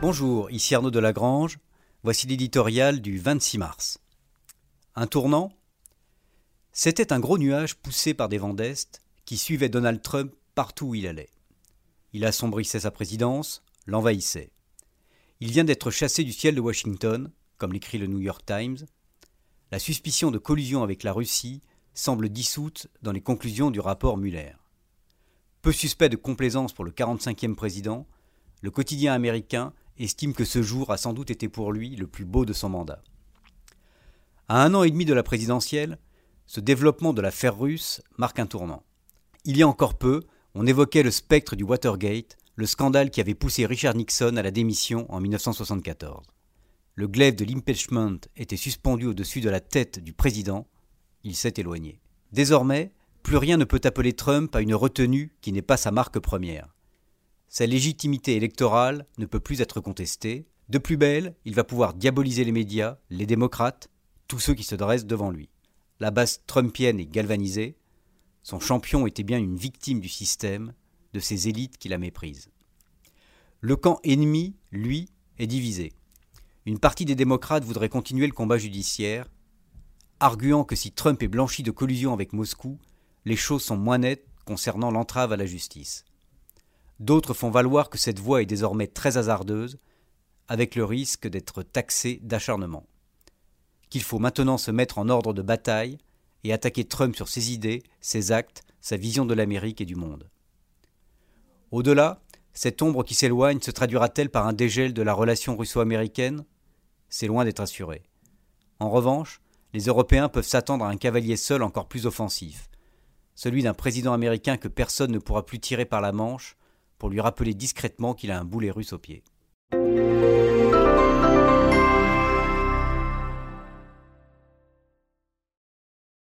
Bonjour, ici Arnaud Delagrange, voici l'éditorial du 26 mars. Un tournant ? C'était un gros nuage poussé par des vents d'Est qui suivaient Donald Trump partout où il allait. Il assombrissait sa présidence, l'envahissait. Il vient d'être chassé du ciel de Washington, comme l'écrit le New York Times. La suspicion de collusion avec la Russie semble dissoute dans les conclusions du rapport Mueller. Peu suspect de complaisance pour le 45e président, le quotidien américain estime que ce jour a sans doute été pour lui le plus beau de son mandat. À 1 an et demi de la présidentielle, ce développement de l'affaire russe marque un tournant. Il y a encore peu, on évoquait le spectre du Watergate, le scandale qui avait poussé Richard Nixon à la démission en 1974. Le glaive de l'impeachment était suspendu au-dessus de la tête du président. Il s'est éloigné. Désormais, plus rien ne peut appeler Trump à une retenue qui n'est pas sa marque première. Sa légitimité électorale ne peut plus être contestée. De plus belle, il va pouvoir diaboliser les médias, les démocrates, tous ceux qui se dressent devant lui. La base trumpienne est galvanisée. Son champion était bien une victime du système, de ses élites qui la méprisent. Le camp ennemi, lui, est divisé. Une partie des démocrates voudrait continuer le combat judiciaire, arguant que si Trump est blanchi de collusion avec Moscou, les choses sont moins nettes concernant l'entrave à la justice. D'autres font valoir que cette voie est désormais très hasardeuse, avec le risque d'être taxé d'acharnement. Qu'il faut maintenant se mettre en ordre de bataille et attaquer Trump sur ses idées, ses actes, sa vision de l'Amérique et du monde. Au-delà, cette ombre qui s'éloigne se traduira-t-elle par un dégel de la relation russo-américaine ? C'est loin d'être assuré. En revanche, les Européens peuvent s'attendre à un cavalier seul encore plus offensif, celui d'un président américain que personne ne pourra plus tirer par la manche pour lui rappeler discrètement qu'il a un boulet russe au pied.